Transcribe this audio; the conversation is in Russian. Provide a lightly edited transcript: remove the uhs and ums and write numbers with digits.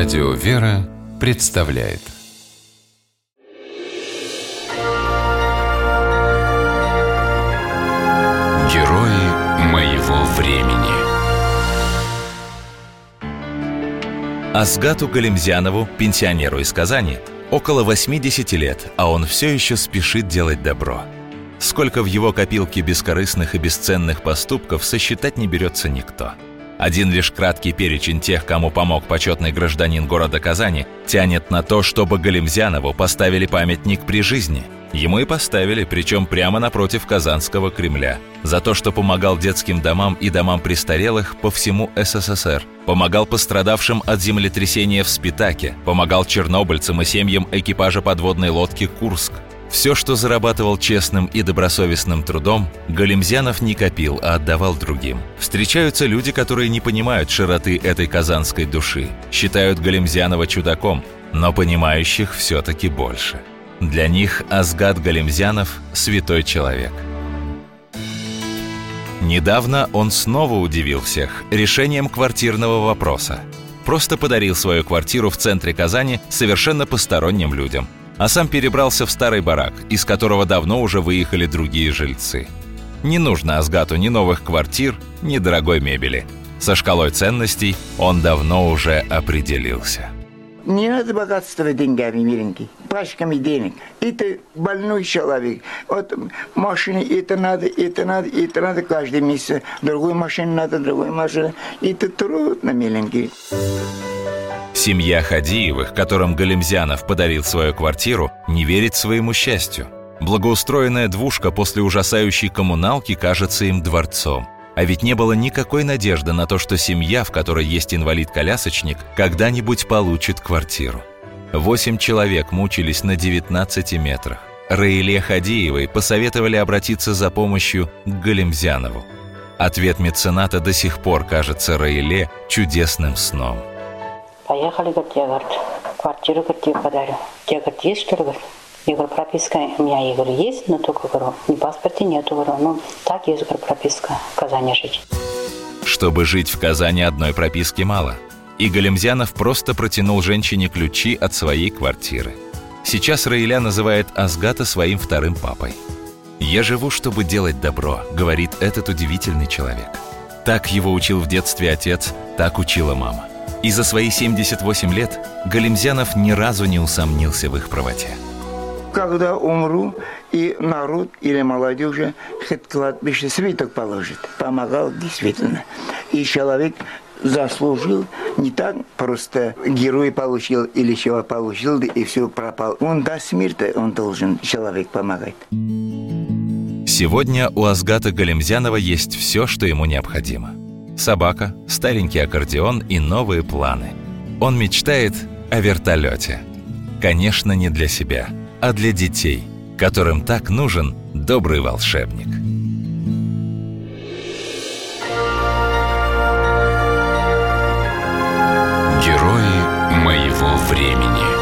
Радио «Вера» представляет Герои моего времени. Асгату Галимзянову, пенсионеру из Казани, около 80 лет, а он все еще спешит делать добро. Сколько в его копилке бескорыстных и бесценных поступков, сосчитать не берется никто. Один лишь краткий перечень тех, кому помог почетный гражданин города Казани, тянет на то, чтобы Галимзянову поставили памятник при жизни. Ему и поставили, причем прямо напротив Казанского Кремля, за то, что помогал детским домам и домам престарелых по всему СССР, помогал пострадавшим от землетрясения в Спитаке, помогал чернобыльцам и семьям экипажа подводной лодки «Курск». Все, что зарабатывал честным и добросовестным трудом, Галимзянов не копил, а отдавал другим. Встречаются люди, которые не понимают широты этой казанской души, считают Галимзянова чудаком, но понимающих все-таки больше. Для них Асгат Галимзянов – святой человек. Недавно он снова удивил всех решением квартирного вопроса. Просто подарил свою квартиру в центре Казани совершенно посторонним людям, а сам перебрался в старый барак, из которого давно уже выехали другие жильцы. Не нужно Асгату ни новых квартир, ни дорогой мебели. Со шкалой ценностей он давно уже определился. Не надо богатства деньгами, миленький, пачками денег. Это больной человек. Вот машины, это надо каждый месяц. Другой машине надо, другой машине. Это трудно, миленький. Семья Хадиевых, которым Галимзянов подарил свою квартиру, не верит своему счастью. Благоустроенная двушка после ужасающей коммуналки кажется им дворцом. А ведь не было никакой надежды на то, что семья, в которой есть инвалид-колясочник, когда-нибудь получит квартиру. 8 человек мучились на 19 метрах. Раиле Хадиевой посоветовали обратиться за помощью к Галимзянову. Ответ мецената до сих пор кажется Раиле чудесным сном. Поехали, говорит, я, говорит, квартиру, говорит, тебе подарю. Я, говорит, есть, что ли, говорит? Я говорю, прописка у меня, я говорю, есть, но только, говорю, ни паспорта нету, говорю, ну, так есть, говорю, прописка в Казани жить. Чтобы жить в Казани, одной прописки мало. И Галимзянов просто протянул женщине ключи от своей квартиры. Сейчас Раиля называет Асгата своим вторым папой. «Я живу, чтобы делать добро», — говорит этот удивительный человек. Так его учил в детстве отец, так учила мама. И за свои 78 лет Галимзянов ни разу не усомнился в их правоте. Когда умру, и народ или молодежь хоть кладбище свиток положит. Помогал действительно. И человек заслужил, не так просто герой получил или чего получил, и все пропал. Он до смерти, он должен человек помогать. Сегодня у Асгата Галимзянова есть все, что ему необходимо. Собака, старенький аккордеон и новые планы. Он мечтает о вертолете. Конечно, не для себя, а для детей, которым так нужен добрый волшебник. Герои моего времени.